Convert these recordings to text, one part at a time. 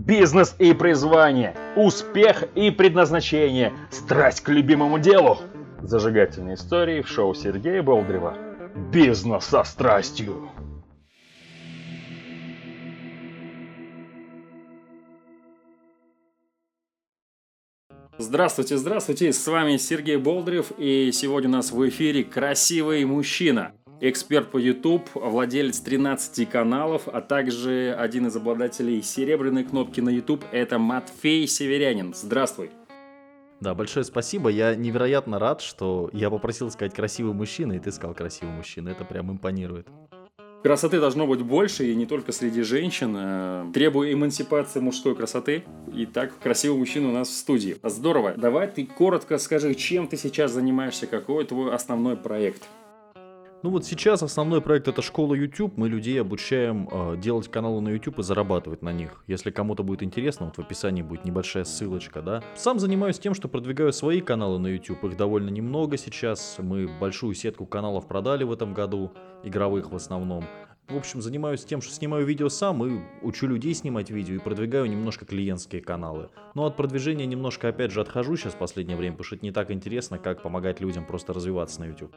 Бизнес и призвание, успех и предназначение, страсть к любимому делу. Зажигательные истории в шоу Сергея Болдырева. Бизнес со страстью. Здравствуйте, здравствуйте, с вами Сергей Болдырев, и сегодня у нас в эфире красивый мужчина, эксперт по YouTube, владелец 13 каналов, а также один из обладателей серебряной кнопки на YouTube, это Матфей Северянин. Здравствуй. Да, большое спасибо, я невероятно рад, что я попросил сказать красивый мужчина, и ты сказал красивый мужчина, это прям импонирует. Красоты должно быть больше, и не только среди женщин. Требую эмансипации мужской красоты. Итак, красивый мужчина у нас в студии. Здорово. Давай ты коротко скажи, чем ты сейчас занимаешься, какой твой основной проект? Ну вот сейчас основной проект — это школа YouTube. Мы людей обучаем делать каналы на YouTube и зарабатывать на них. Если кому-то будет интересно, вот в описании будет небольшая ссылочка, да. Сам занимаюсь тем, что продвигаю свои каналы на YouTube. Их довольно немного сейчас. Мы большую сетку каналов продали в этом году, игровых в основном. В общем, занимаюсь тем, что снимаю видео сам и учу людей снимать видео и продвигаю немножко клиентские каналы. Но от продвижения немножко опять же отхожу сейчас в последнее время, потому что это не так интересно, как помогать людям просто развиваться на YouTube.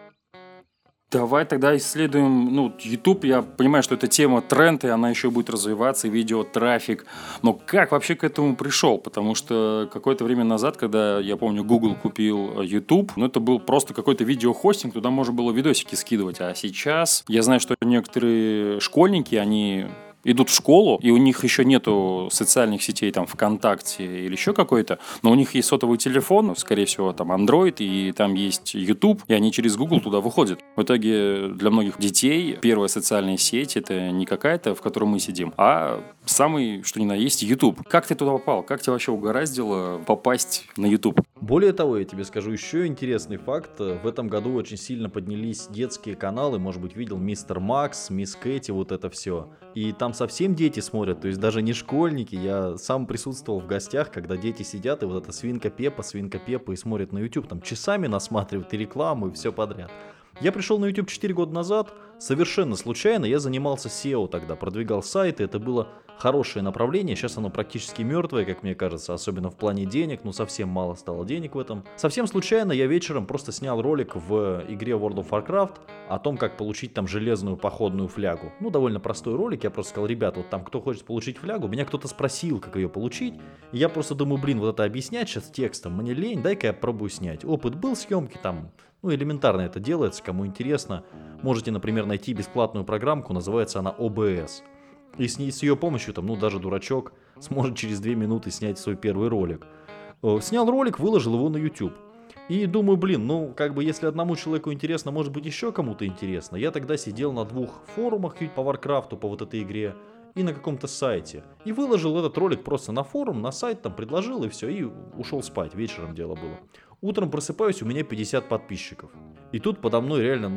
Давай тогда исследуем, YouTube, я понимаю, что это тема тренд, и она еще будет развиваться, видео, трафик, но как вообще к этому пришел? Потому что какое-то время назад, когда, я помню, Google купил YouTube, это был просто какой-то видеохостинг, туда можно было видосики скидывать, а сейчас я знаю, что некоторые школьники, они идут в школу, и у них еще нету социальных сетей, там, ВКонтакте или еще какой-то, но у них есть сотовый телефон, скорее всего, там, Android, и там есть YouTube, и они через Google туда выходят. В итоге для многих детей первая социальная сеть — это не какая-то, в которой мы сидим, а самый, что ни на есть, YouTube. Как ты туда попал? Как тебя вообще угораздило попасть на YouTube? Более того, я тебе скажу еще интересный факт. В этом году очень сильно поднялись детские каналы. Может быть, видел Мистер Макс, Мисс Кэти, вот это все. И там совсем дети смотрят, то есть даже не школьники. Я сам присутствовал в гостях, когда дети сидят, и вот эта свинка Пеппа и смотрят на YouTube. Там часами насматривают и рекламу, и все подряд. Я пришел на YouTube 4 года назад, совершенно случайно, я занимался SEO тогда, продвигал сайты, это было хорошее направление, сейчас оно практически мертвое, как мне кажется, особенно в плане денег, совсем мало стало денег в этом. Совсем случайно я вечером просто снял ролик в игре World of Warcraft о том, как получить там железную походную флягу. Довольно простой ролик, я просто сказал: ребят, вот там кто хочет получить флягу, меня кто-то спросил, как ее получить, и я просто думаю, вот это объяснять сейчас текстом, мне лень, дай-ка я пробую снять. Опыт был съемки там. Элементарно это делается, кому интересно. Можете, например, найти бесплатную программку, называется она OBS. И с ее помощью, даже дурачок сможет через 2 минуты снять свой первый ролик. Снял ролик, выложил его на YouTube. И думаю, если одному человеку интересно, может быть еще кому-то интересно. Я тогда сидел на 2 форумах по Warcraft, по вот этой игре, и на каком-то сайте. И выложил этот ролик просто на форум, на сайт, предложил и все, и ушел спать. Вечером дело было. Утром просыпаюсь, у меня 50 подписчиков. И тут подо мной реально,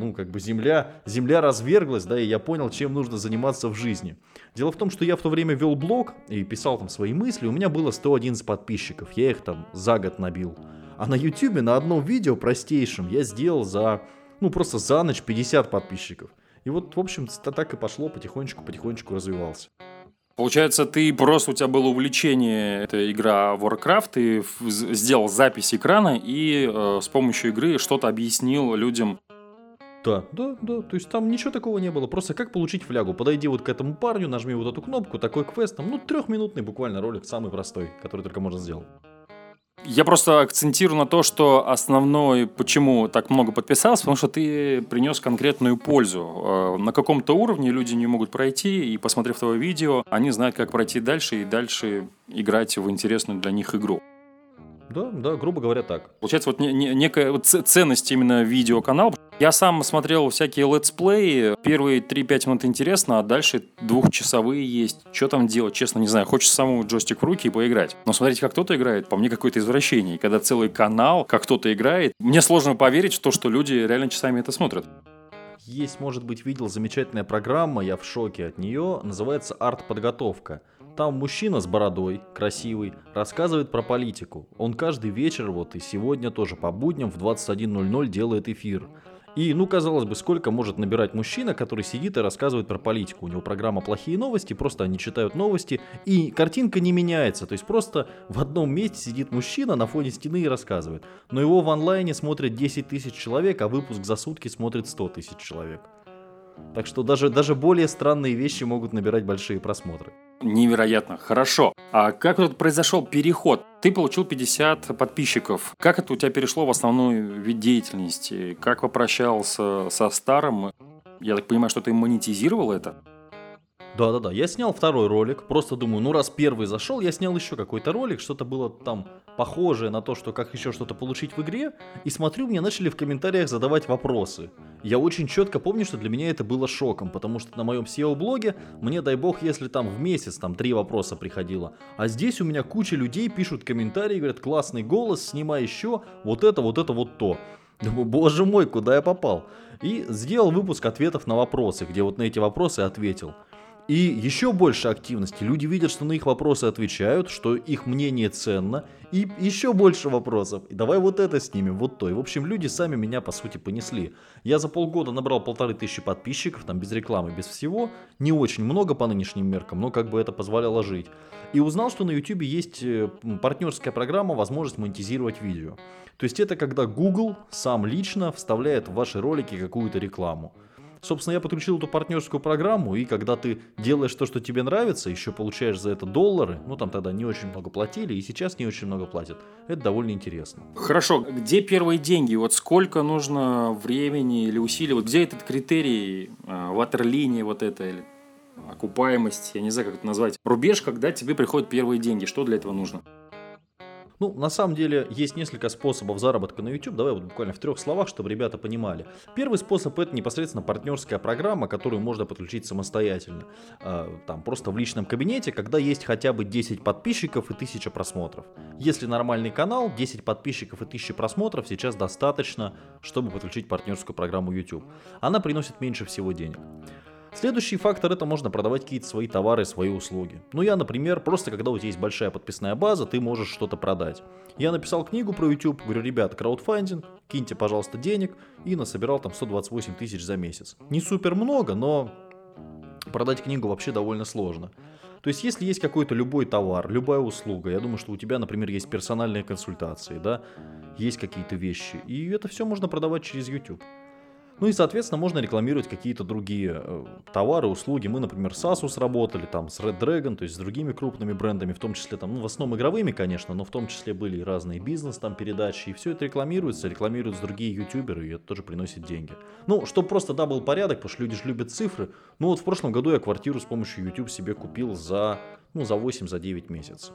земля разверглась, да, и я понял, чем нужно заниматься в жизни. Дело в том, что я в то время вел блог и писал там свои мысли, у меня было 111 подписчиков, я их за год набил. А на YouTube на одном видео простейшем я сделал просто за ночь 50 подписчиков. И вот, в общем, так и пошло, потихонечку развивался. Получается, у тебя было увлечение, это игра Warcraft, ты сделал запись экрана и с помощью игры что-то объяснил людям. Да, то есть там ничего такого не было, просто как получить флягу. Подойди вот к этому парню, нажми вот эту кнопку, такой квест, 3-минутный буквально ролик, самый простой, который только можно сделать. Я просто акцентирую на то, что основной, почему так много подписался, потому что ты принес конкретную пользу. На каком-то уровне люди не могут пройти, и, посмотрев твое видео, они знают, как пройти дальше и дальше играть в интересную для них игру. Да, грубо говоря, так. Получается, некая ценность именно видеоканала. Я сам смотрел всякие летсплеи. Первые 3-5 минут интересно, а дальше 2-часовые есть. Что там делать, честно, не знаю. Хочется самому джойстик в руки и поиграть. Но смотреть, как кто-то играет, по мне, какое-то извращение. И когда целый канал, как кто-то играет, мне сложно поверить в то, что люди реально часами это смотрят. Есть, может быть, видел замечательная программа, я в шоке от нее, называется «Артподготовка». Там мужчина с бородой, красивый, рассказывает про политику. Он каждый вечер, и сегодня тоже по будням в 21:00 делает эфир. И, казалось бы, сколько может набирать мужчина, который сидит и рассказывает про политику. У него программа «Плохие новости», просто они читают новости, и картинка не меняется. То есть просто в одном месте сидит мужчина на фоне стены и рассказывает. Но его в онлайне смотрят 10 тысяч человек, а выпуск за сутки смотрит 100 тысяч человек. Так что даже более странные вещи могут набирать большие просмотры. Невероятно, хорошо. А как тут произошел переход? Ты получил 50 подписчиков. Как это у тебя перешло в основной вид деятельности? Как попрощался со старым? Я так понимаю, что ты монетизировал это? Да, я снял второй ролик, просто думаю, раз первый зашел, я снял еще какой-то ролик, что-то было там похожее на то, что как еще что-то получить в игре, и смотрю, мне начали в комментариях задавать вопросы. Я очень четко помню, что для меня это было шоком, потому что на моем SEO-блоге мне, дай бог, если там в месяц 3 вопроса приходило, а здесь у меня куча людей пишут комментарии, говорят, классный голос, снимай еще, вот это, вот то. Думаю, боже мой, куда я попал? И сделал выпуск ответов на вопросы, где вот на эти вопросы ответил. И еще больше активности. Люди видят, что на их вопросы отвечают, что их мнение ценно. И еще больше вопросов. И давай вот это снимем, вот то. И в общем, люди сами меня по сути понесли. Я за полгода набрал 1500 подписчиков, там без рекламы, без всего. Не очень много по нынешним меркам, но как бы это позволяло жить. И узнал, что на YouTube есть партнерская программа, возможность монетизировать видео. То есть это когда Google сам лично вставляет в ваши ролики какую-то рекламу. Собственно, я подключил эту партнерскую программу, и когда ты делаешь то, что тебе нравится, еще получаешь за это доллары, там тогда не очень много платили, и сейчас не очень много платят. Это довольно интересно. Хорошо, где первые деньги? Вот сколько нужно времени или усилий? Вот где этот критерий, ватерлиния вот это, или окупаемость, я не знаю, как это назвать. Рубеж, когда тебе приходят первые деньги, что для этого нужно? На самом деле, есть несколько способов заработка на YouTube. Давай вот буквально в 3 словах, чтобы ребята понимали. Первый способ — это непосредственно партнерская программа, которую можно подключить самостоятельно. Там просто в личном кабинете, когда есть хотя бы 10 подписчиков и 1000 просмотров. Если нормальный канал, 10 подписчиков и 1000 просмотров сейчас достаточно, чтобы подключить партнерскую программу YouTube. Она приносит меньше всего денег. Следующий фактор — это можно продавать какие-то свои товары, свои услуги. Я, например, просто когда у тебя есть большая подписная база, ты можешь что-то продать. Я написал книгу про YouTube, говорю, ребята, краудфандинг, киньте, пожалуйста, денег, и насобирал там 128 тысяч за месяц. Не супер много, но продать книгу вообще довольно сложно. То есть, если есть какой-то любой товар, любая услуга, я думаю, что у тебя, например, есть персональные консультации, да, есть какие-то вещи, и это все можно продавать через YouTube. И, соответственно, можно рекламировать какие-то другие товары, услуги. Мы, например, с Asus работали, там, с Red Dragon, то есть с другими крупными брендами, в том числе, там, в основном игровыми, конечно, но в том числе были и разные бизнес, там, передачи, и все это рекламируются другие ютуберы, и это тоже приносит деньги. Чтобы просто, был порядок, потому что люди же любят цифры. В прошлом году я квартиру с помощью YouTube себе купил за 8-9 месяцев.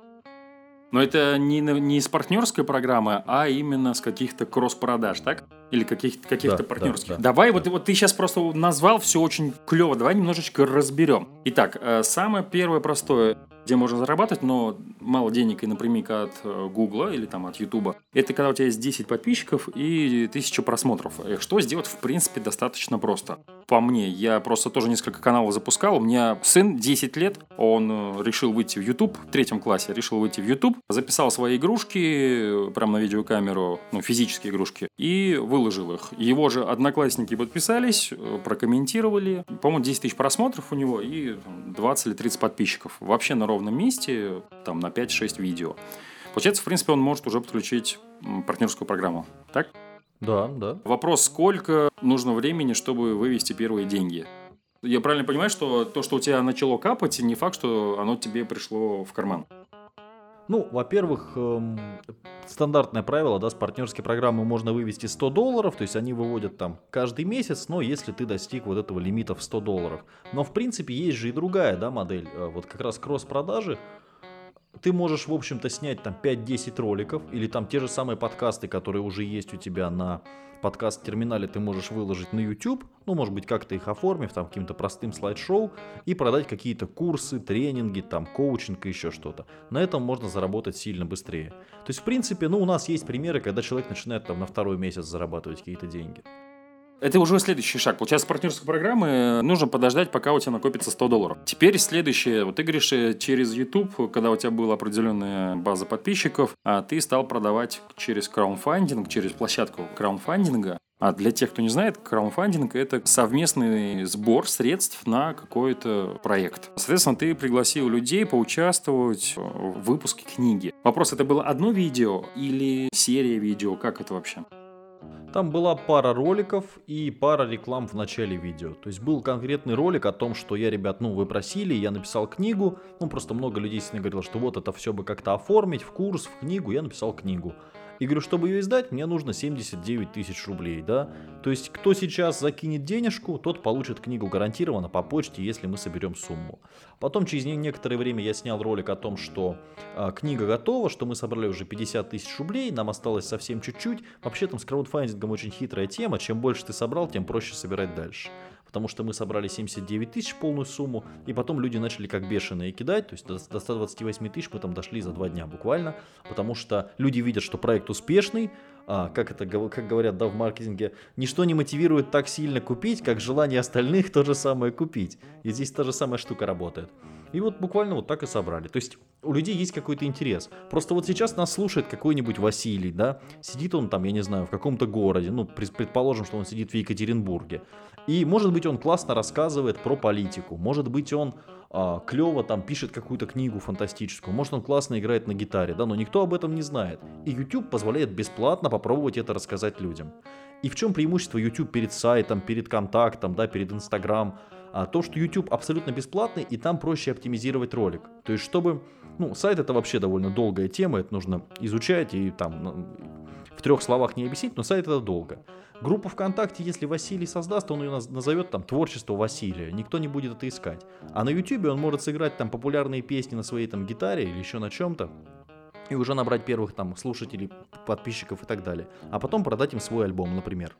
Но это не из партнерской программы, а именно с каких-то кросс-продаж, так? Или каких-то партнерских. Да. Давай, вот ты сейчас просто назвал все очень клево. Давай немножечко разберем. Итак, самое первое простое, где можно зарабатывать, но мало денег и напрямик от Гугла или там от Ютуба, это когда у тебя есть 10 подписчиков и 1000 просмотров. Что сделать, в принципе, достаточно просто. По мне, я просто тоже несколько каналов запускал. У меня сын 10 лет, он решил выйти в YouTube, в 3 классе решил выйти в YouTube, записал свои игрушки прямо на видеокамеру, физические игрушки, и выложил их. Его же одноклассники подписались, прокомментировали. По-моему, 10 тысяч просмотров у него и 20 или 30 подписчиков. Вообще на ровном месте, там на 5-6 видео. Получается, в принципе, он может уже подключить партнерскую программу. Так? Да. Вопрос, сколько нужно времени, чтобы вывести первые деньги? Я правильно понимаю, что то, что у тебя начало капать, не факт, что оно тебе пришло в карман? Во-первых, стандартное правило, с партнерской программы можно вывести $100, то есть они выводят там каждый месяц, но если ты достиг вот этого лимита в $100. Но в принципе есть же и другая, модель, вот как раз кросс-продажи. Ты можешь, в общем-то, снять там 5-10 роликов, или там те же самые подкасты, которые уже есть у тебя на подкаст-терминале, ты можешь выложить на YouTube, может быть, как-то их оформив, там, каким-то простым слайд-шоу, и продать какие-то курсы, тренинги, там, коучинг и еще что-то. На этом можно заработать сильно быстрее. То есть, в принципе, у нас есть примеры, когда человек начинает там на 2-й месяц зарабатывать какие-то деньги. Это уже следующий шаг. Получается, с партнерской программы нужно подождать, пока у тебя накопится $100. Теперь следующее. Вот ты говоришь, через YouTube, когда у тебя была определенная база подписчиков, а ты стал продавать через краундфандинг, через площадку краундфандинга. А для тех, кто не знает, краудфандинг – это совместный сбор средств на какой-то проект. Соответственно, ты пригласил людей поучаствовать в выпуске книги. Вопрос, это было одно видео или серия видео? Как это вообще? Там была пара роликов и пара реклам в начале видео. То есть был конкретный ролик о том, что ребят, вы просили, я написал книгу. Просто много людей действительно говорило, что вот это все бы как-то оформить в курс, в книгу. Я написал книгу. И говорю, чтобы ее издать, мне нужно 79 тысяч рублей, да. То есть, кто сейчас закинет денежку, тот получит книгу гарантированно по почте, если мы соберем сумму. Потом, через некоторое время, я снял ролик о том, что книга готова, что мы собрали уже 50 тысяч рублей, нам осталось совсем чуть-чуть. Вообще, там с краудфандингом очень хитрая тема, чем больше ты собрал, тем проще собирать дальше. Потому что мы собрали 79 тысяч полную сумму, и потом люди начали как бешеные кидать, то есть до 128 тысяч мы там дошли за 2 дня буквально, потому что люди видят, что проект успешный, как говорят, в маркетинге, ничто не мотивирует так сильно купить, как желание остальных то же самое купить. И здесь та же самая штука работает. И вот буквально вот так и собрали. То есть у людей есть какой-то интерес. Просто вот сейчас нас слушает какой-нибудь Василий, да, сидит он там, я не знаю, в каком-то городе, предположим, что он сидит в Екатеринбурге. И может быть он классно рассказывает про политику, может быть он клево там пишет какую-то книгу фантастическую, может он классно играет на гитаре, да, но никто об этом не знает. И YouTube позволяет бесплатно попробовать это рассказать людям. И в чем преимущество YouTube перед сайтом, перед контактом, да, перед Instagram? То, что YouTube абсолютно бесплатный, и там проще оптимизировать ролик. То есть, чтобы... сайт это вообще довольно долгая тема, это нужно изучать и там в 3 словах не объяснить, но сайт это долго. Группу ВКонтакте, если Василий создаст, он ее назовет там «Творчество Василия», никто не будет это искать. А на YouTube он может сыграть там популярные песни на своей там гитаре или еще на чем-то, и уже набрать первых там слушателей, подписчиков и так далее. А потом продать им свой альбом, например.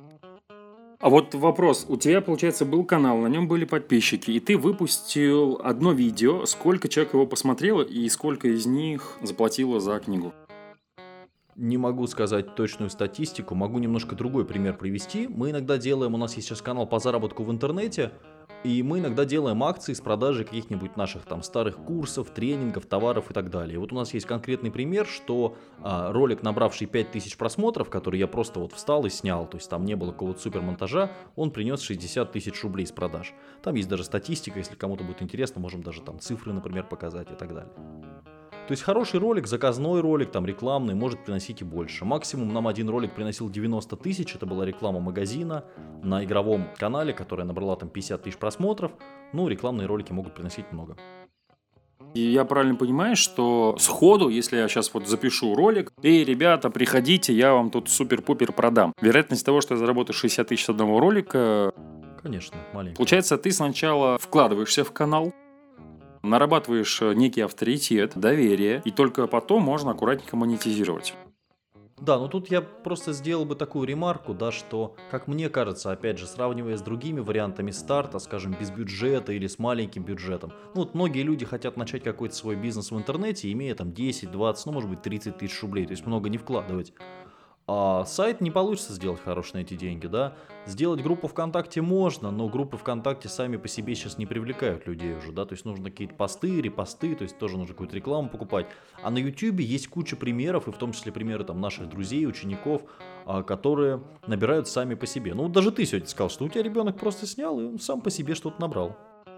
А вот вопрос. У тебя, получается, был канал, на нем были подписчики, и ты выпустил одно видео. Сколько человек его посмотрело и сколько из них заплатило за книгу? Не могу сказать точную статистику, могу немножко другой пример привести. Мы иногда делаем, у нас есть сейчас канал по заработку в интернете, и мы иногда делаем акции с продажей каких-нибудь наших там старых курсов, тренингов, товаров и так далее. И вот у нас есть конкретный пример, что ролик, набравший 5000 просмотров, который я просто вот встал и снял, то есть там не было какого-то супер монтажа, он принес 60 тысяч рублей с продаж. Там есть даже статистика, если кому-то будет интересно, можем даже там цифры, например, показать и так далее. То есть хороший ролик, заказной ролик, там рекламный, может приносить и больше. Максимум нам один ролик приносил 90 тысяч, это была реклама магазина на игровом канале, которая набрала там 50 тысяч просмотров. Рекламные ролики могут приносить много. И я правильно понимаю, что сходу, если я сейчас вот запишу ролик, эй, ребята, приходите, я вам тут супер-пупер продам. Вероятность того, что я заработаю 60 тысяч с одного ролика... Конечно, маленькая. Получается, ты сначала вкладываешься в канал, нарабатываешь некий авторитет, доверие, и только потом можно аккуратненько монетизировать. Да, но тут я просто сделал бы такую ремарку, да, что, как мне кажется, опять же, сравнивая с другими вариантами старта, скажем, без бюджета или с маленьким бюджетом, многие люди хотят начать какой-то свой бизнес в интернете, имея там 10, 20, может быть 30 тысяч рублей, то есть много не вкладывать. А сайт не получится сделать хороший на эти деньги, да. Сделать группу ВКонтакте можно, но группы ВКонтакте сами по себе сейчас не привлекают людей уже, да. То есть нужно какие-то посты, репосты, то есть тоже нужно какую-то рекламу покупать. А на YouTube есть куча примеров, и в том числе примеры там наших друзей, учеников, которые набирают сами по себе. Даже ты сегодня сказал, что у тебя ребенок просто снял, и он сам по себе что-то набрал.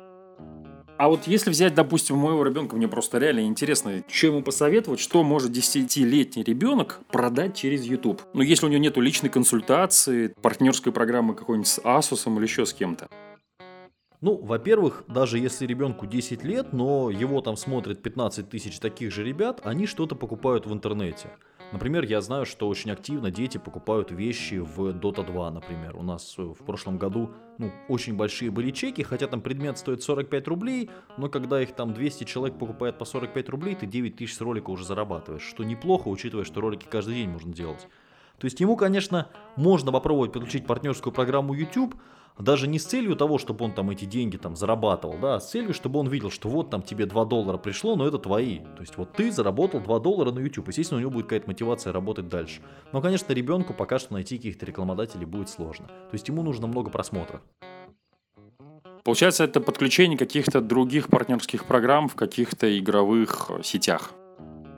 А вот если взять, допустим, моего ребенка, мне просто реально интересно, что ему посоветовать, что может 10-летний ребенок продать через YouTube? Если у него нету личной консультации, партнерской программы какой-нибудь с Asus или еще с кем-то. Во-первых, даже если ребенку 10 лет, но его там смотрят 15 тысяч таких же ребят, они что-то покупают в интернете. Например, я знаю, что очень активно дети покупают вещи в Dota 2, например. У нас в прошлом году очень большие были чеки, хотя там предмет стоит 45 рублей, но когда их там 200 человек покупает по 45 рублей, ты 9 тысяч с ролика уже зарабатываешь, что неплохо, учитывая, что ролики каждый день можно делать. То есть ему, конечно, можно попробовать подключить партнерскую программу YouTube, даже не с целью того, чтобы он там эти деньги там зарабатывал, да, а с целью, чтобы он видел, что вот там тебе $2 пришло, но это твои. То есть вот ты заработал $2 на YouTube, естественно, у него будет какая-то мотивация работать дальше. Но, конечно, ребенку пока что найти каких-то рекламодателей будет сложно. То есть ему нужно много просмотров. Получается, это подключение каких-то других партнерских программ в каких-то игровых сетях.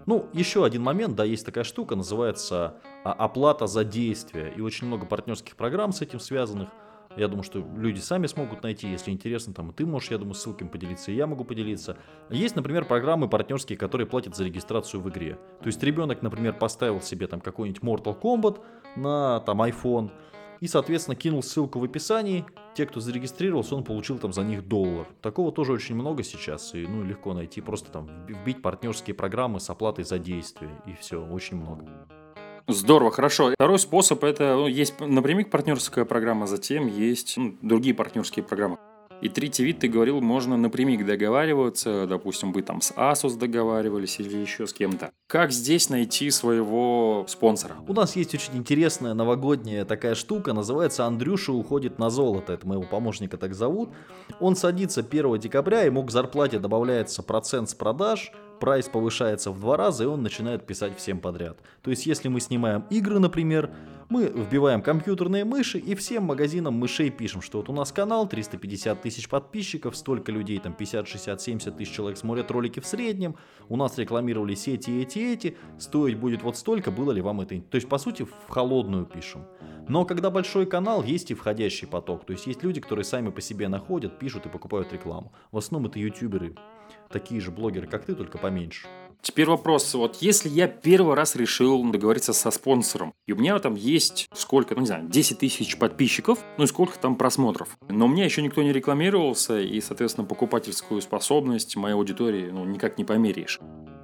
Ну, еще один момент, да, есть такая штука, называется оплата за действие. И очень много партнерских программ с этим связанных. Я думаю, что люди сами смогут найти, если интересно, там и ты можешь, я думаю, ссылками поделиться, и я могу поделиться. Есть, например, программы партнерские, которые платят за регистрацию в игре. То есть ребенок, например, поставил себе там какой-нибудь Mortal Kombat на там iPhone, и, соответственно, кинул ссылку в описании. Те, кто зарегистрировался, он получил там за них $1. Такого тоже очень много сейчас, и ну, легко найти. Просто там вбить партнерские программы с оплатой за действие, и все, очень много. Здорово, хорошо. Второй способ – это есть напрямик партнерская программа, затем есть другие партнерские программы. И третий вид, ты говорил, можно напрямик договариваться, допустим, вы там с Asus договаривались или еще с кем-то. Как здесь найти своего спонсора? У нас есть очень интересная новогодняя такая штука, называется «Андрюша уходит на золото». Это моего помощника так зовут. Он садится 1 декабря, ему к зарплате добавляется процент с продаж, прайс повышается в 2 раза, и он начинает писать всем подряд. То есть, если мы снимаем игры, например, мы вбиваем компьютерные мыши и всем магазинам мышей пишем, что вот у нас канал, 350 тысяч подписчиков, столько людей, там 50, 60, 70 тысяч человек смотрят ролики в среднем, у нас рекламировались эти, стоить будет вот столько, было ли вам это... То есть, по сути, в холодную пишем. Но когда большой канал, есть и входящий поток. То есть, есть люди, которые сами по себе находят, пишут и покупают рекламу. В основном это ютуберы, такие же блогеры, как ты, только поменьше. Теперь вопрос. Вот если я первый раз решил договориться со спонсором, и у меня там есть сколько, 10 тысяч подписчиков, и сколько там просмотров. Но у меня еще никто не рекламировался, и, соответственно, покупательскую способность моей аудитории никак не померяешь.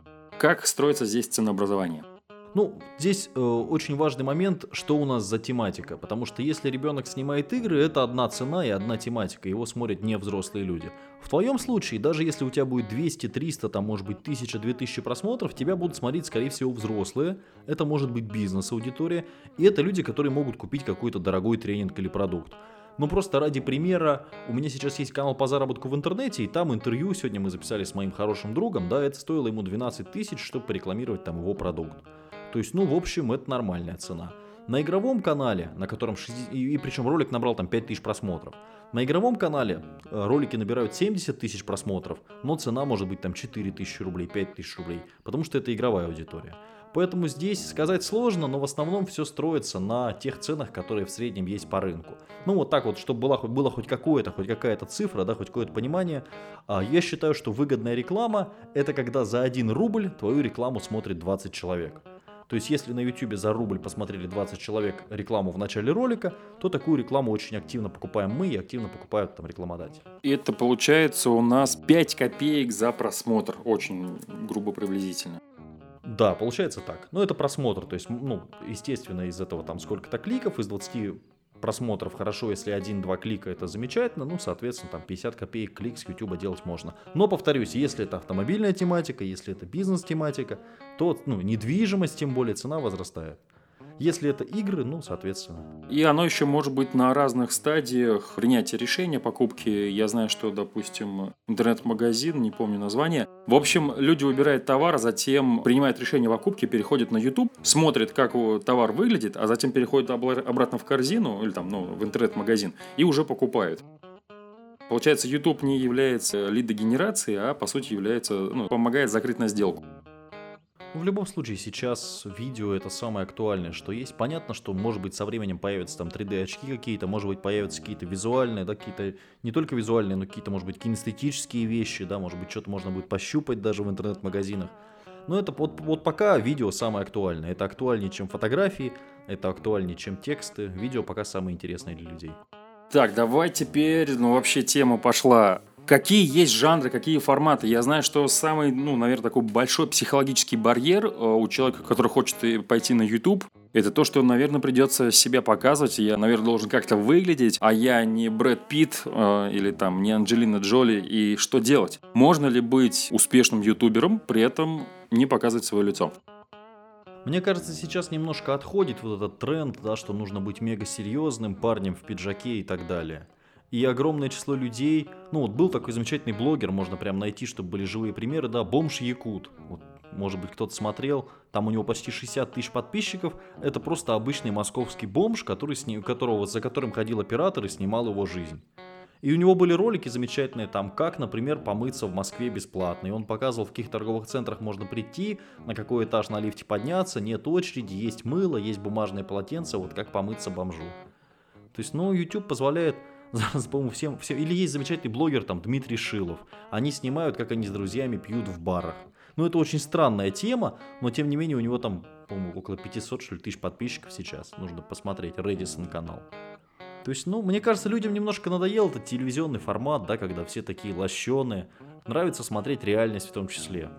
Как строится здесь ценообразование? Здесь очень важный момент, что у нас за тематика. Потому что если ребенок снимает игры, это одна цена и одна тематика. Его смотрят не взрослые люди. В твоем случае, даже если у тебя будет 200, 300, там может быть 1000, 2000 просмотров, тебя будут смотреть, скорее всего, взрослые. Это может быть бизнес-аудитория. И это люди, которые могут купить какой-то дорогой тренинг или продукт. Просто ради примера, у меня сейчас есть канал по заработку в интернете, и там интервью сегодня мы записали с моим хорошим другом, да, это стоило ему 12 тысяч, чтобы порекламировать там его продукт. То есть, в общем, это нормальная цена. На игровом канале, на котором, и причем ролик набрал там 5000 просмотров, на игровом канале ролики набирают 70 тысяч просмотров, но цена может быть там 4000 рублей, 5000 рублей, потому что это игровая аудитория. Поэтому здесь сказать сложно, но в основном все строится на тех ценах, которые в среднем есть по рынку. Вот так вот, чтобы было хоть какая-то цифра, да, хоть какое-то понимание. Я считаю, что выгодная реклама – это когда за 1 рубль твою рекламу смотрит 20 человек. То есть, если на YouTube за рубль посмотрели 20 человек рекламу в начале ролика, то такую рекламу очень активно покупаем мы и активно покупают там рекламодатели. И это получается у нас 5 копеек за просмотр, очень грубо приблизительно. Да, получается так. Это просмотр, то есть, естественно, из этого там сколько-то кликов, из 20 просмотров хорошо, если 1-2 клика, это замечательно, соответственно, там 50 копеек клик с YouTube делать можно. Но, повторюсь, если это автомобильная тематика, если это бизнес-тематика, то, недвижимость, тем более, цена возрастает. Если это игры, соответственно. И оно еще может быть на разных стадиях принятия решения покупки. Я знаю, что, допустим, интернет-магазин, не помню название. В общем, люди выбирают товар, а затем принимают решение о покупке, переходят на YouTube, смотрят, как товар выглядит, а затем переходят обратно в корзину или в интернет-магазин и уже покупают. Получается, YouTube не является лидогенерацией, а по сути является, помогает закрыть на сделку. В любом случае, сейчас видео это самое актуальное, что есть. Понятно, что, может быть, со временем появятся там 3D-очки какие-то, может быть, появятся какие-то визуальные, да, какие-то, не только визуальные, но какие-то, может быть, кинестетические вещи, да, может быть, что-то можно будет пощупать даже в интернет-магазинах. Но это вот пока видео самое актуальное. Это актуальнее, чем фотографии, это актуальнее, чем тексты. Видео пока самое интересное для людей. Так, давай теперь, вообще тема пошла. Какие есть жанры, какие форматы? Я знаю, что самый, наверное, такой большой психологический барьер у человека, который хочет пойти на YouTube, это то, что, наверное, придется себя показывать. Я, наверное, должен как-то выглядеть, а я не Брэд Питт или там не Анджелина Джоли. И что делать? Можно ли быть успешным ютубером, при этом не показывать свое лицо? Мне кажется, сейчас немножко отходит вот этот тренд, да, что нужно быть мега серьезным парнем в пиджаке и так далее. И огромное число людей, был такой замечательный блогер, можно прям найти, чтобы были живые примеры, да, бомж Якут. Может быть, кто-то смотрел, там у него почти 60 тысяч подписчиков. Это просто обычный московский бомж, за которым ходил оператор и снимал его жизнь. И у него были ролики замечательные, там, как, например, помыться в Москве бесплатно. И он показывал, в каких торговых центрах можно прийти, на какой этаж на лифте подняться, нет очереди, есть мыло, есть бумажное полотенце, вот как помыться бомжу. То есть, ну, YouTube позволяет, по-моему, всем... Или есть замечательный блогер, там, Дмитрий Шилов. Они снимают, как они с друзьями пьют в барах. Ну, это очень странная тема, но, тем не менее, у него там, по-моему, около 500, что ли, тысяч подписчиков сейчас. Нужно посмотреть, Редисон канал. То есть, ну, мне кажется, людям немножко надоел этот телевизионный формат, да, когда все такие лощеные. Нравится смотреть реальность в том числе.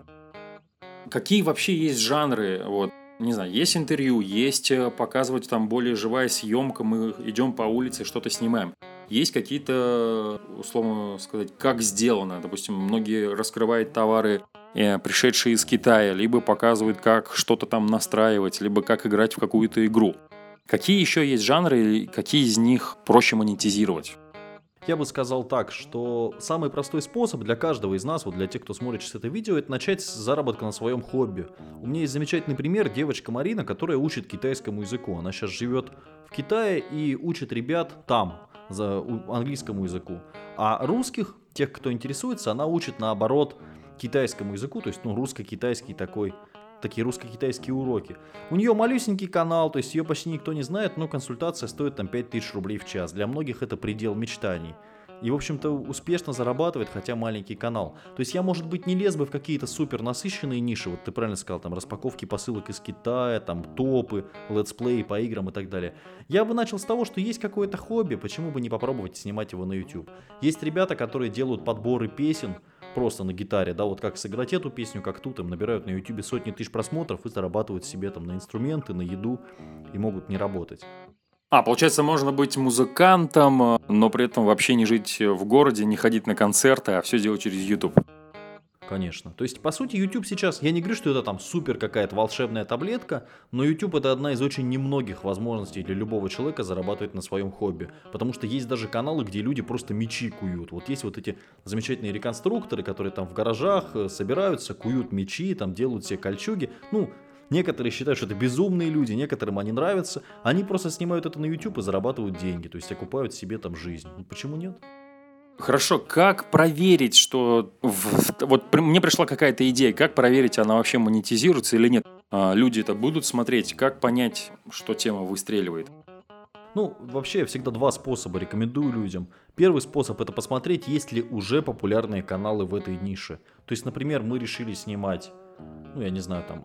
Какие вообще есть жанры? Вот, не знаю, есть интервью, есть показывать там более живая съемка, мы идем по улице, что-то снимаем. Есть какие-то, условно сказать, как сделано. Допустим, многие раскрывают товары, пришедшие из Китая, либо показывают, как что-то там настраивать, либо как играть в какую-то игру. Какие еще есть жанры и какие из них проще монетизировать? Я бы сказал так, что самый простой способ для каждого из нас, вот для тех, кто смотрит сейчас это видео, это начать с заработка на своем хобби. У меня есть замечательный пример, девочка Марина, которая учит китайскому языку. Она сейчас живет в Китае и учит ребят там, английскому языку. А русских, тех, кто интересуется, она учит наоборот китайскому языку, то есть, ну, русско-китайский такие русско-китайские уроки. У нее малюсенький канал, то есть ее почти никто не знает, но консультация стоит там 5000 рублей в час. Для многих это предел мечтаний. И, в общем-то, успешно зарабатывает, хотя маленький канал. То есть я, может быть, не лез бы в какие-то супер насыщенные ниши, вот ты правильно сказал, там распаковки посылок из Китая, там топы, летсплеи по играм и так далее. Я бы начал с того, что есть какое-то хобби, почему бы не попробовать снимать его на YouTube. Есть ребята, которые делают подборы песен, просто на гитаре, да, вот как сыграть эту песню, как ту, там набирают на YouTube сотни тысяч просмотров и зарабатывают себе там на инструменты, на еду и могут не работать. Получается, можно быть музыкантом, но при этом вообще не жить в городе, не ходить на концерты, а все делать через YouTube. Конечно. То есть, по сути, YouTube сейчас, я не говорю, что это там супер какая-то волшебная таблетка, но YouTube это одна из очень немногих возможностей для любого человека зарабатывать на своем хобби. Потому что есть даже каналы, где люди просто мечи куют. Вот есть вот эти замечательные реконструкторы, которые там в гаражах собираются, куют мечи, там делают себе кольчуги. Ну, некоторые считают, что это безумные люди, некоторым они нравятся. Они просто снимают это на YouTube и зарабатывают деньги, то есть окупают себе там жизнь. Ну, почему нет? Хорошо, как проверить, что... Вот мне пришла какая-то идея, как проверить, она вообще монетизируется или нет? Люди это будут смотреть, как понять, что тема выстреливает? Ну, вообще, я всегда два способа рекомендую людям. Первый способ – это посмотреть, есть ли уже популярные каналы в этой нише. То есть, например, мы решили снимать, ну, я не знаю, там...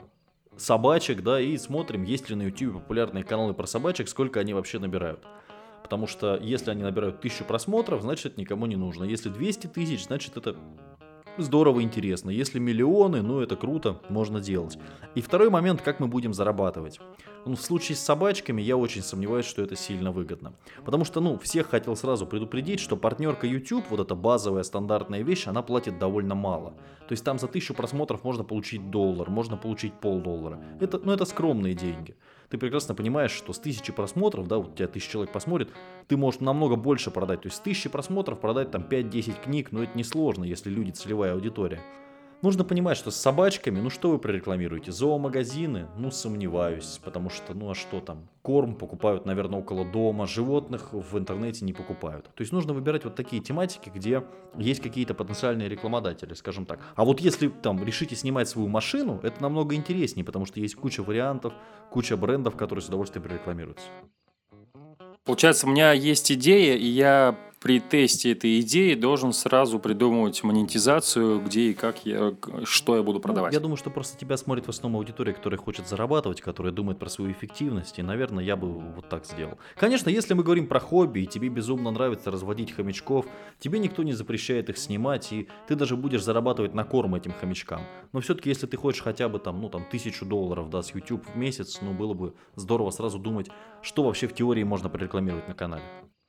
собачек, да, и смотрим, есть ли на YouTube популярные каналы про собачек, сколько они вообще набирают. Потому что если они набирают 1000 просмотров, значит это никому не нужно. Если 200 тысяч, значит это здорово интересно. Если миллионы, ну это круто, можно делать. И второй момент, как мы будем зарабатывать. Ну, в случае с собачками я очень сомневаюсь, что это сильно выгодно. Потому что, ну, всех хотел сразу предупредить, что партнерка YouTube, вот эта базовая стандартная вещь, она платит довольно мало. То есть там за 1000 просмотров можно получить $1, можно получить $0,5. Это скромные деньги. Ты прекрасно понимаешь, что с 1000 просмотров, да, вот тебя 1000 человек посмотрит, ты можешь намного больше продать. То есть с 1000 просмотров продать там 5-10 книг, но это несложно, если люди целевая аудитория. Нужно понимать, что с собачками, ну что вы прорекламируете? Зоомагазины? Ну сомневаюсь, потому что, ну а что там? Корм покупают, наверное, около дома, животных в интернете не покупают. То есть нужно выбирать вот такие тематики, где есть какие-то потенциальные рекламодатели, скажем так. А вот если там решите снимать свою машину, это намного интереснее, потому что есть куча вариантов, куча брендов, которые с удовольствием прорекламируются. Получается, у меня есть идея, и я при тесте этой идеи должен сразу придумывать монетизацию, где и как что я буду продавать. Я думаю, что просто тебя смотрит в основном аудитория, которая хочет зарабатывать, которая думает про свою эффективность, и, наверное, я бы вот так сделал. Конечно, если мы говорим про хобби, и тебе безумно нравится разводить хомячков, тебе никто не запрещает их снимать, и ты даже будешь зарабатывать на корм этим хомячкам. Но все-таки, если ты хочешь хотя бы там, ну, там, $1000, да, с YouTube в месяц, ну, было бы здорово сразу думать, что вообще в теории можно прорекламировать на канале.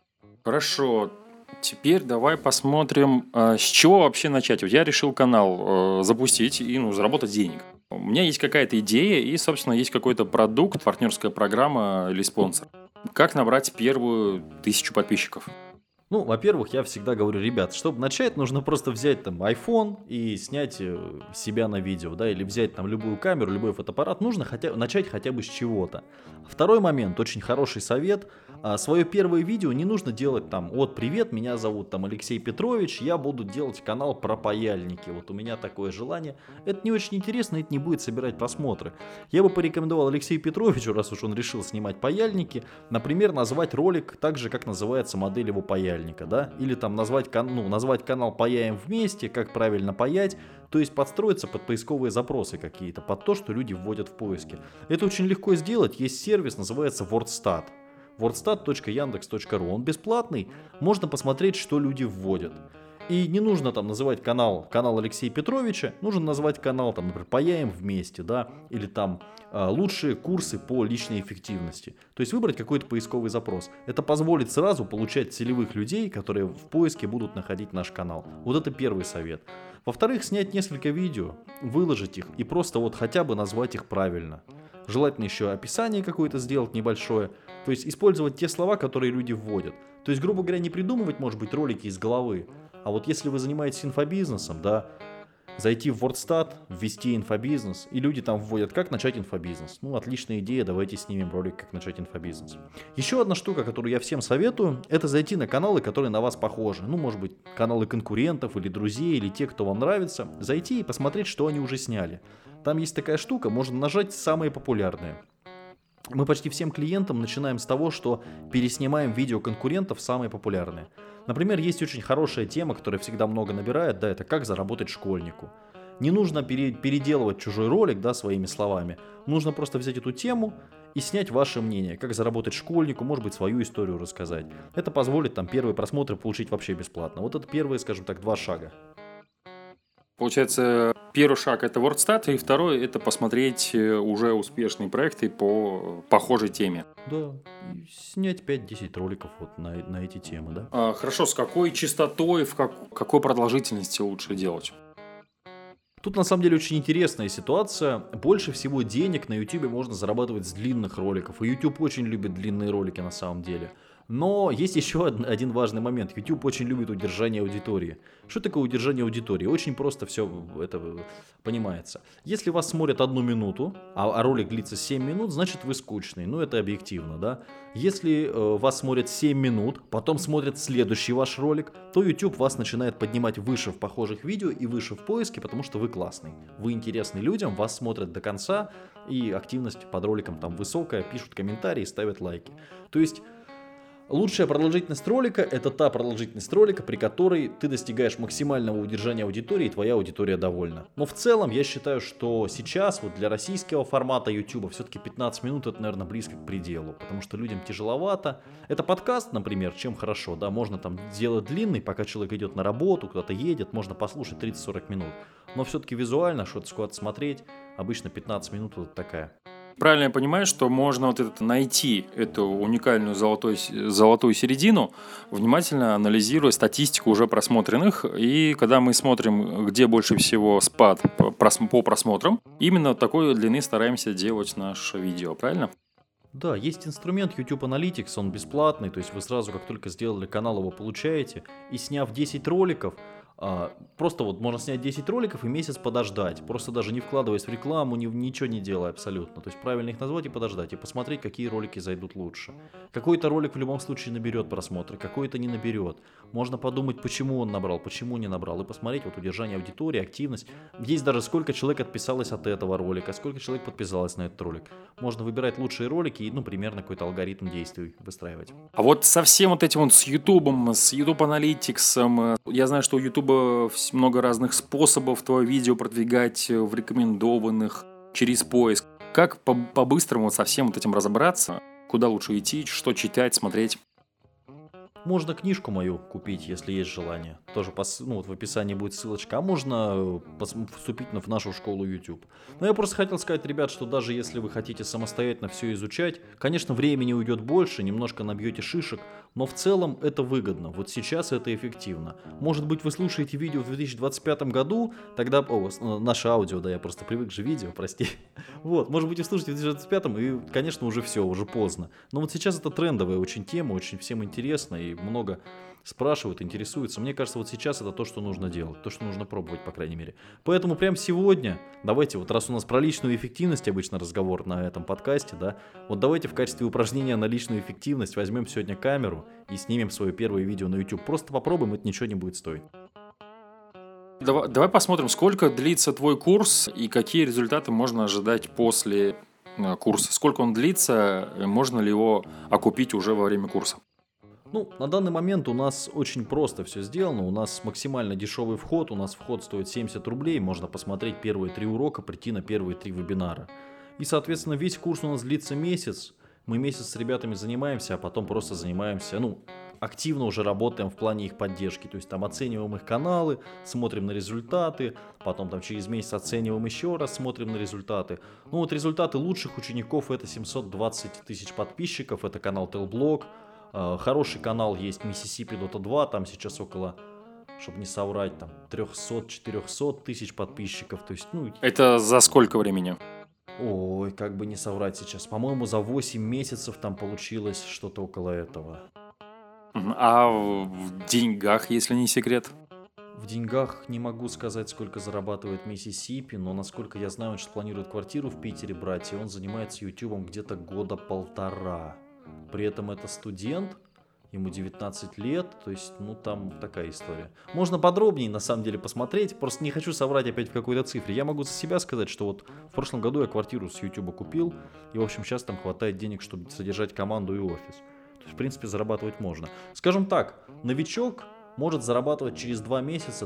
Хорошо. Теперь давай посмотрим, с чего вообще начать. Вот я решил канал запустить и заработать денег. У меня есть какая-то идея и, собственно, есть какой-то продукт, партнерская программа или спонсор. Как набрать первую 1000 подписчиков? Ну, во-первых, я всегда говорю, ребят, чтобы начать, нужно просто взять там iPhone и снять себя на видео, да, или взять там любую камеру, любой фотоаппарат. Нужно начать хотя бы с чего-то. Второй момент, очень хороший совет, свое первое видео не нужно делать там, вот, привет, меня зовут там Алексей Петрович, я буду делать канал про паяльники, вот у меня такое желание. Это не очень интересно, это не будет собирать просмотры. Я бы порекомендовал Алексею Петровичу, раз уж он решил снимать паяльники, например, назвать ролик так же, как называется модель его паяльника, да, или там назвать канал «Паяем вместе», как правильно паять, то есть подстроиться под поисковые запросы какие-то, под то, что люди вводят в поиске. Это очень легко сделать, есть сервис, называется WordStat. wordstat.yandex.ru. Он бесплатный, можно посмотреть, что люди вводят. И не нужно там называть канал Алексея Петровича, нужно назвать канал, там, например, «Паяем вместе», да, или там «Лучшие курсы по личной эффективности». То есть выбрать какой-то поисковый запрос. Это позволит сразу получать целевых людей, которые в поиске будут находить наш канал. Вот это первый совет. Во-вторых, снять несколько видео, выложить их и просто вот хотя бы назвать их правильно. Желательно еще описание какое-то сделать небольшое. То есть использовать те слова, которые люди вводят. То есть, грубо говоря, не придумывать, может быть, ролики из головы. А вот если вы занимаетесь инфобизнесом, да, зайти в WordStat, ввести инфобизнес, и люди там вводят, как начать инфобизнес. Ну, отличная идея, давайте снимем ролик, как начать инфобизнес. Еще одна штука, которую я всем советую, это зайти на каналы, которые на вас похожи. Ну, может быть, каналы конкурентов или друзей, или те, кто вам нравится. Зайти и посмотреть, что они уже сняли. Там есть такая штука, можно нажать самые популярные. Мы почти всем клиентам начинаем с того, что переснимаем видео конкурентов самые популярные. Например, есть очень хорошая тема, которая всегда много набирает, да, это как заработать школьнику. Не нужно переделывать чужой ролик, да, своими словами. Нужно просто взять эту тему и снять ваше мнение, как заработать школьнику, может быть, свою историю рассказать. Это позволит там первые просмотры получить вообще бесплатно. Вот это первые, скажем так, 2 шага. Получается, первый шаг – это WordStat, и второй – это посмотреть уже успешные проекты по похожей теме. Да, и снять 5-10 роликов вот на эти темы, да. Хорошо, с какой частотой, в какой продолжительности лучше делать? Тут на самом деле очень интересная ситуация. Больше всего денег на YouTube можно зарабатывать с длинных роликов. И YouTube очень любит длинные ролики на самом деле. Но есть еще один важный момент. YouTube очень любит удержание аудитории. Что такое удержание аудитории? Очень просто все это понимается. Если вас смотрят 1 минуту, а ролик длится 7 минут, значит вы скучный. Ну это объективно, да? Если вас смотрят 7 минут, потом смотрят следующий ваш ролик, то YouTube вас начинает поднимать выше в похожих видео и выше в поиске, потому что вы классный. Вы интересны людям, вас смотрят до конца, и активность под роликом там высокая, пишут комментарии, ставят лайки. То есть лучшая продолжительность ролика – это та продолжительность ролика, при которой ты достигаешь максимального удержания аудитории, и твоя аудитория довольна. Но в целом я считаю, что сейчас вот для российского формата YouTube все-таки 15 минут – это, наверное, близко к пределу, потому что людям тяжеловато. Это подкаст, например, чем хорошо, да, можно там сделать длинный, пока человек идет на работу, куда-то едет, можно послушать 30-40 минут. Но все-таки визуально что-то куда-то смотреть, обычно 15 минут вот такая. Правильно я понимаю, что можно найти эту уникальную золотую середину, внимательно анализируя статистику уже просмотренных. И когда мы смотрим, где больше всего спад по просмотрам, именно такой длины стараемся делать наше видео, правильно? Да, есть инструмент YouTube Analytics, он бесплатный, то есть вы сразу, как только сделали канал, его получаете, и сняв 10 роликов, просто вот можно снять 10 роликов и месяц подождать, просто даже не вкладываясь в рекламу, ничего не делая абсолютно. То есть правильно их назвать и подождать, и посмотреть, какие ролики зайдут лучше. Какой-то ролик в любом случае наберет просмотры, какой-то не наберет. Можно подумать, почему он набрал, почему не набрал, и посмотреть вот удержание аудитории, активность. Есть даже сколько человек отписалось от этого ролика, сколько человек подписалось на этот ролик. Можно выбирать лучшие ролики и, примерно какой-то алгоритм действий выстраивать. А вот со всем вот этим с YouTube, с YouTube Analytics, я знаю, что у YouTube много разных способов твое видео продвигать в рекомендованных через поиск. Как по-быстрому со всем вот этим разобраться? Куда лучше идти, что читать, смотреть? Можно книжку мою купить, если есть желание. Тоже в описании будет ссылочка. А можно вступить в нашу школу YouTube. Но я просто хотел сказать, ребят, что даже если вы хотите самостоятельно все изучать, конечно, времени уйдет больше, немножко набьете шишек, но в целом это выгодно. Вот сейчас это эффективно. Может быть, вы слушаете видео в 2025 году, тогда... наше аудио, да, я просто привык же видео, прости. Вот, может быть, вы слушаете в 2025, и, конечно, уже все, уже поздно. Но вот сейчас это трендовая очень тема, очень всем интересно, и много спрашивают, интересуются. Мне кажется, вот сейчас это то, что нужно делать, то, что нужно пробовать, по крайней мере. Поэтому прямо сегодня, давайте, вот раз у нас про личную эффективность обычно разговор на этом подкасте, да, вот давайте в качестве упражнения на личную эффективность возьмем сегодня камеру и снимем свое первое видео на YouTube. Просто попробуем, это ничего не будет стоить. Давай посмотрим, сколько длится твой курс и какие результаты можно ожидать после курса. Сколько он длится, можно ли его окупить уже во время курса? Ну, на данный момент у нас очень просто все сделано. У нас максимально дешевый вход. У нас вход стоит 70 рублей. Можно посмотреть первые 3 урока, прийти на первые 3 вебинара. И, соответственно, весь курс у нас длится месяц. Мы месяц с ребятами занимаемся, а потом просто занимаемся, активно уже работаем в плане их поддержки. То есть там оцениваем их каналы, смотрим на результаты, потом там через месяц оцениваем еще раз, смотрим на результаты. Ну вот результаты лучших учеников — это 720 тысяч подписчиков, это канал Телблог. Хороший канал есть Mississippi Dota 2, там сейчас около, чтобы не соврать, там 300-400 тысяч подписчиков. То есть, Это за сколько времени? Ой, как бы не соврать сейчас. По-моему, за 8 месяцев там получилось что-то около этого. А в деньгах, если не секрет? В деньгах не могу сказать, сколько зарабатывает Mississippi, но, насколько я знаю, он сейчас планирует квартиру в Питере брать, и он занимается ютубом где-то года 1,5. При этом это студент, ему 19 лет, то есть, там такая история. Можно подробнее, на самом деле, посмотреть, просто не хочу соврать опять в какой-то цифре. Я могу за себя сказать, что вот в прошлом году я квартиру с ютуба купил, и, в общем, сейчас там хватает денег, чтобы содержать команду и офис. То есть, в принципе, зарабатывать можно. Скажем так, новичок может зарабатывать через 2 месяца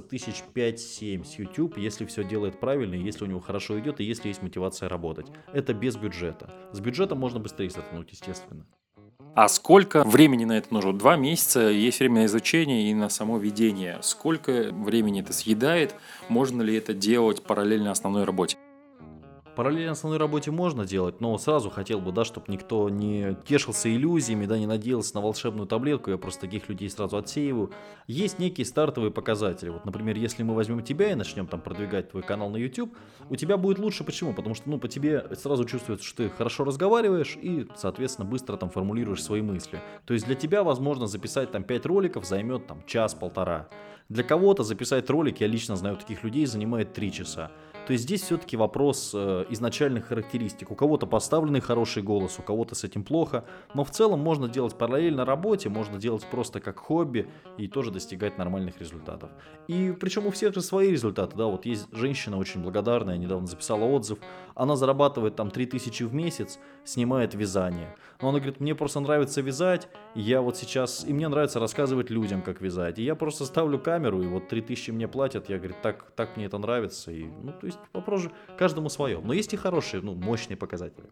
5-7 с YouTube, если все делает правильно, если у него хорошо идет и если есть мотивация работать. Это без бюджета. С бюджетом можно быстрее стартануть, естественно. А сколько времени на это нужно? 2 месяца, есть время на изучение и на само ведение. Сколько времени это съедает? Можно ли это делать параллельно основной работе? Параллельно основной работе можно делать, но сразу хотел бы, чтобы никто не тешился иллюзиями, не надеялся на волшебную таблетку, я просто таких людей сразу отсеиваю. Есть некие стартовые показатели. Вот, например, если мы возьмем тебя и начнем там продвигать твой канал на YouTube, у тебя будет лучше. Почему? Потому что, по тебе сразу чувствуется, что ты хорошо разговариваешь и, соответственно, быстро там формулируешь свои мысли. То есть для тебя, возможно, записать там 5 роликов займет там час-полтора. Для кого-то записать ролик, я лично знаю таких людей, занимает 3 часа. То есть здесь все-таки вопрос изначальных характеристик. У кого-то поставленный хороший голос, у кого-то с этим плохо. Но в целом можно делать параллельно работе, можно делать просто как хобби и тоже достигать нормальных результатов. И причем у всех же свои результаты. Да, вот есть женщина очень благодарная, недавно записала отзыв. Она зарабатывает там 3000 в месяц, снимает вязание. Но она говорит, мне просто нравится вязать, и я вот сейчас, и мне нравится рассказывать людям, как вязать. И я просто ставлю камеру, и вот 3000 мне платят, я, говорит, так мне это нравится. И, то есть вопрос же каждому свое. Но есть и хорошие, мощные показатели.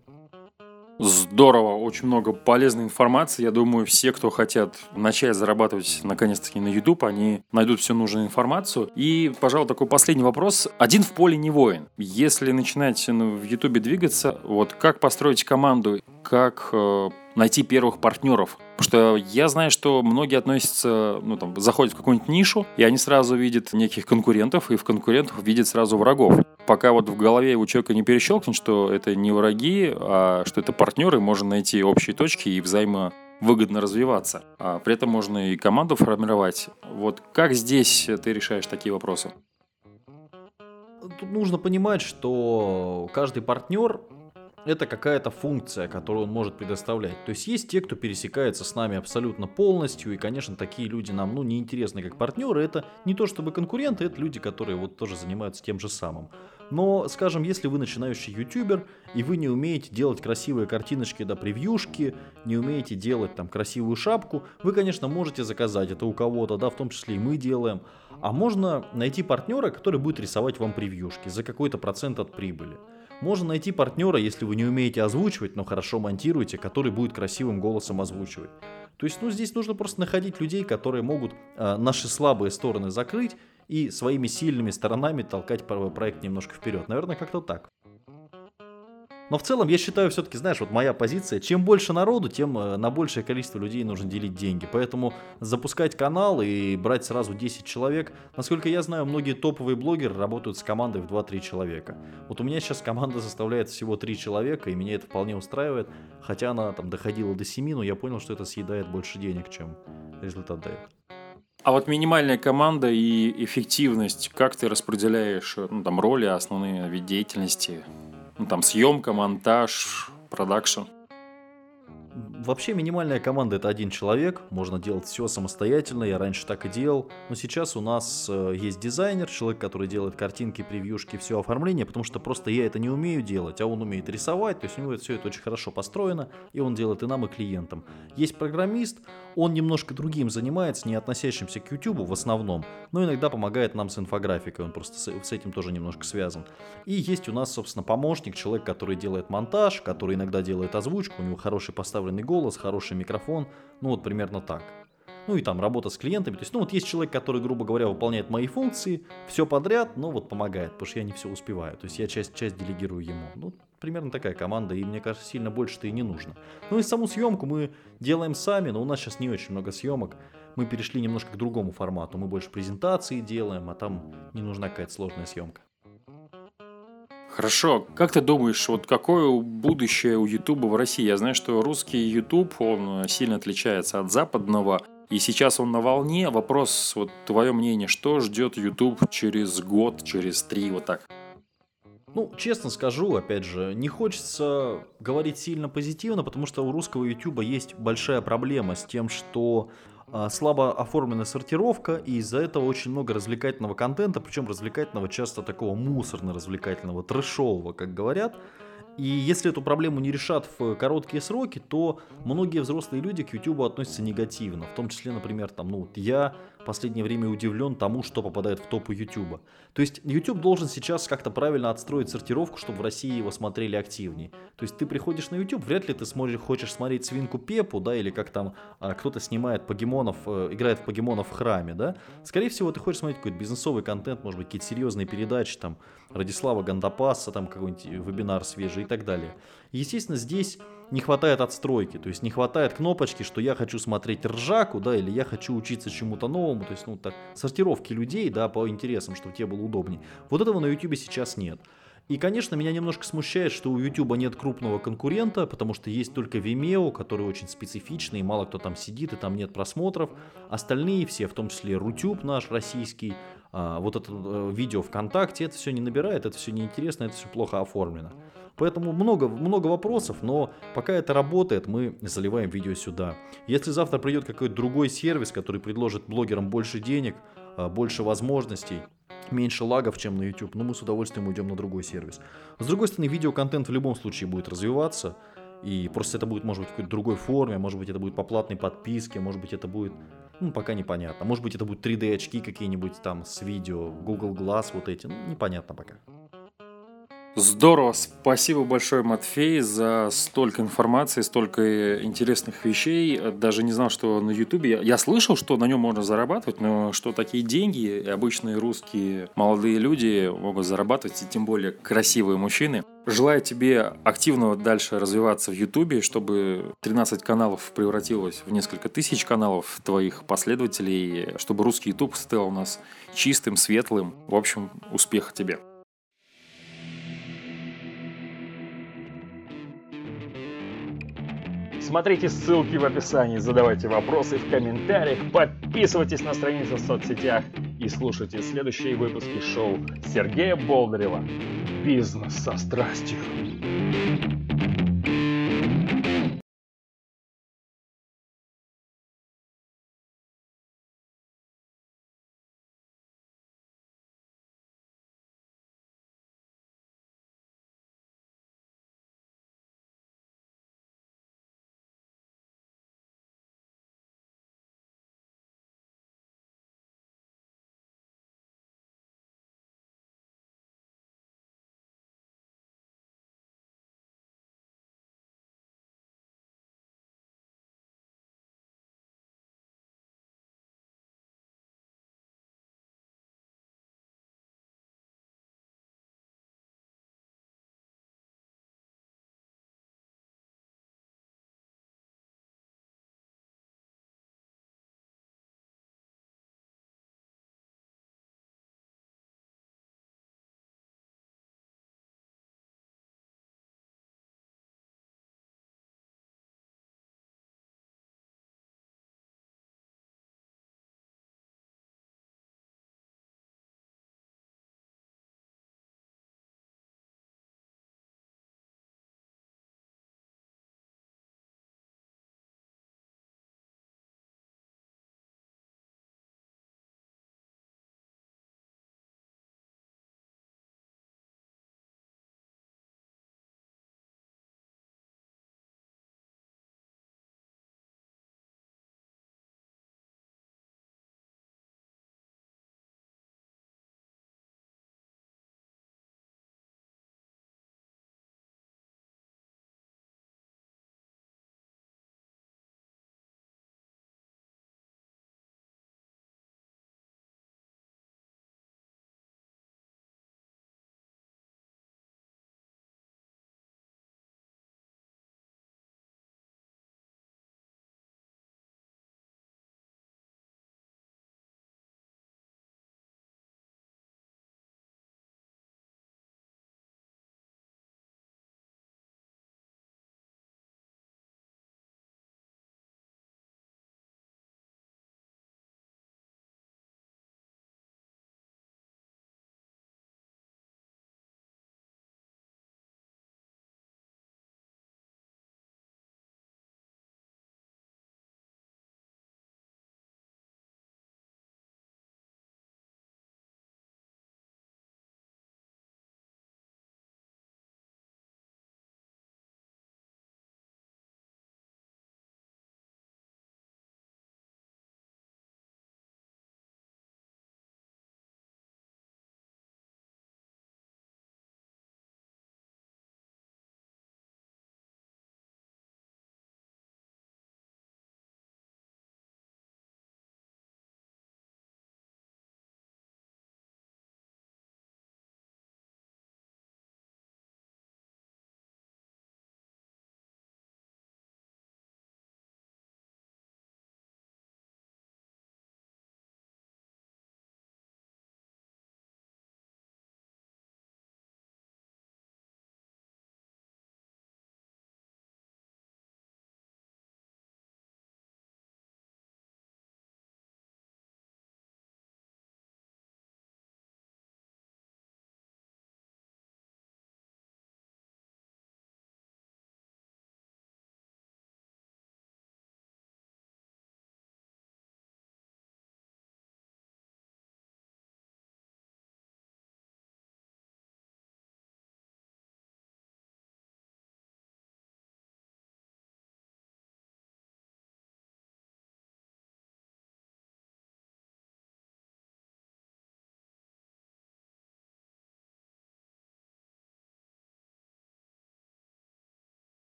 Здорово, очень много полезной информации. Я думаю, все, кто хотят начать зарабатывать наконец-таки на YouTube, они найдут всю нужную информацию. И, пожалуй, такой последний вопрос. Один в поле не воин. Если начинать в YouTube двигаться, вот как построить команду, как найти первых партнеров? Потому что я знаю, что многие относятся, заходят в какую-нибудь нишу, и они сразу видят неких конкурентов, и в конкурентах видят сразу врагов. Пока вот в голове у человека не перещелкнет, что это не враги, а что это партнеры, можно найти общие точки и взаимовыгодно развиваться. А при этом можно и команду формировать. Вот как здесь ты решаешь такие вопросы? Тут нужно понимать, что каждый партнер — это какая-то функция, которую он может предоставлять. То есть есть те, кто пересекается с нами абсолютно полностью, и, конечно, такие люди нам не интересны как партнеры. Это не то чтобы конкуренты, это люди, которые вот тоже занимаются тем же самым. Но, скажем, если вы начинающий ютубер, и вы не умеете делать красивые картиночки до превьюшки, не умеете делать там красивую шапку, вы, конечно, можете заказать это у кого-то, да, в том числе и мы делаем. А можно найти партнера, который будет рисовать вам превьюшки за какой-то процент от прибыли. Можно найти партнера, если вы не умеете озвучивать, но хорошо монтируете, который будет красивым голосом озвучивать. То есть, здесь нужно просто находить людей, которые могут наши слабые стороны закрыть и своими сильными сторонами толкать проект немножко вперед. Наверное, как-то так. Но в целом я считаю все-таки, знаешь, вот моя позиция, чем больше народу, тем на большее количество людей нужно делить деньги. Поэтому запускать канал и брать сразу 10 человек, насколько я знаю, многие топовые блогеры работают с командой в 2-3 человека. Вот у меня сейчас команда составляет всего 3 человека, и меня это вполне устраивает. Хотя она там доходила до 7, но я понял, что это съедает больше денег, чем результат дает. А вот минимальная команда и эффективность, как ты распределяешь там, роли, основные вид деятельности? Там съемка, монтаж, продакшн. Вообще минимальная команда — это 1 человек, можно делать все самостоятельно, я раньше так и делал, но сейчас у нас есть дизайнер, человек, который делает картинки, превьюшки, все оформление, потому что просто я это не умею делать, а он умеет рисовать, то есть у него все это очень хорошо построено, и он делает и нам, и клиентам. Есть программист, он немножко другим занимается, не относящимся к YouTube в основном, но иногда помогает нам с инфографикой, он просто с этим тоже немножко связан. И есть у нас, собственно, помощник, человек, который делает монтаж, который иногда делает озвучку, у него хороший поставленный голос, хороший микрофон, ну вот примерно так. Ну и там работа с клиентами, то есть, ну вот есть человек, который, грубо говоря, выполняет мои функции, все подряд, но вот помогает, потому что я не все успеваю, то есть я часть делегирую ему. Ну, примерно такая команда, и мне кажется, сильно больше-то и не нужно. Ну и саму съемку мы делаем сами, но у нас сейчас не очень много съемок, мы перешли немножко к другому формату, мы больше презентации делаем, а там не нужна какая-то сложная съемка. Хорошо. Как ты думаешь, вот какое будущее у Ютуба в России? Я знаю, что русский Ютуб, он сильно отличается от западного. И сейчас он на волне. Вопрос, вот твое мнение, что ждет Ютуб через год, через 3, вот так? Ну, честно скажу, опять же, не хочется говорить сильно позитивно, потому что у русского Ютуба есть большая проблема с тем, что слабо оформлена сортировка, и из-за этого очень много развлекательного контента, причем развлекательного часто такого мусорно-развлекательного, трэшового, как говорят. И если эту проблему не решат в короткие сроки, то многие взрослые люди к YouTube относятся негативно. В том числе, например, там, ну, я в последнее время удивлен тому, что попадает в топы YouTube. То есть YouTube должен сейчас как-то правильно отстроить сортировку, чтобы в России его смотрели активнее. То есть ты приходишь на YouTube, вряд ли ты хочешь смотреть свинку Пеппу, да, или как там кто-то снимает погемонов, играет в погемонов в храме, да. Скорее всего, ты хочешь смотреть какой-то бизнесовый контент, может быть, какие-то серьезные передачи, там, Радислава Гандапаса, там, какой-нибудь вебинар свежий и так далее. Естественно, здесь не хватает отстройки, то есть не хватает кнопочки, что я хочу смотреть ржаку, да, или я хочу учиться чему-то новому, то есть, ну, так, сортировки людей, да, по интересам, чтобы тебе было удобнее. Вот этого на YouTube сейчас нет. И, конечно, меня немножко смущает, что у YouTube нет крупного конкурента, потому что есть только Vimeo, который очень специфичный, и мало кто там сидит, и там нет просмотров. Остальные все, в том числе Рутюб наш российский, вот это видео ВКонтакте, это все не набирает, это все неинтересно, это все плохо оформлено. Поэтому много вопросов, но пока это работает, мы заливаем видео сюда. Если завтра придет какой-то другой сервис, который предложит блогерам больше денег, больше возможностей, меньше лагов, чем на YouTube, но мы с удовольствием уйдем на другой сервис. С другой стороны, видеоконтент в любом случае будет развиваться, и просто это будет, может быть, в какой-то другой форме, может быть, это будет по платной подписке, может быть, это будет, ну, пока непонятно. Может быть, это будут 3D очки какие-нибудь там с видео, Google Glass вот эти, ну, непонятно пока. Здорово, спасибо большое, Матфей, за столько информации, столько интересных вещей. Даже не знал, что на Ютубе, я слышал, что на нем можно зарабатывать, но что такие деньги обычные русские молодые люди могут зарабатывать, и тем более красивые мужчины. Желаю тебе активно дальше развиваться в Ютубе, чтобы 13 каналов превратилось в несколько тысяч каналов твоих последователей, чтобы русский Ютуб стал у нас чистым, светлым. В общем, успеха тебе. Смотрите ссылки в описании, задавайте вопросы в комментариях, подписывайтесь на страницу в соцсетях и слушайте следующие выпуски шоу Сергея Болдырева «Бизнес со страстью».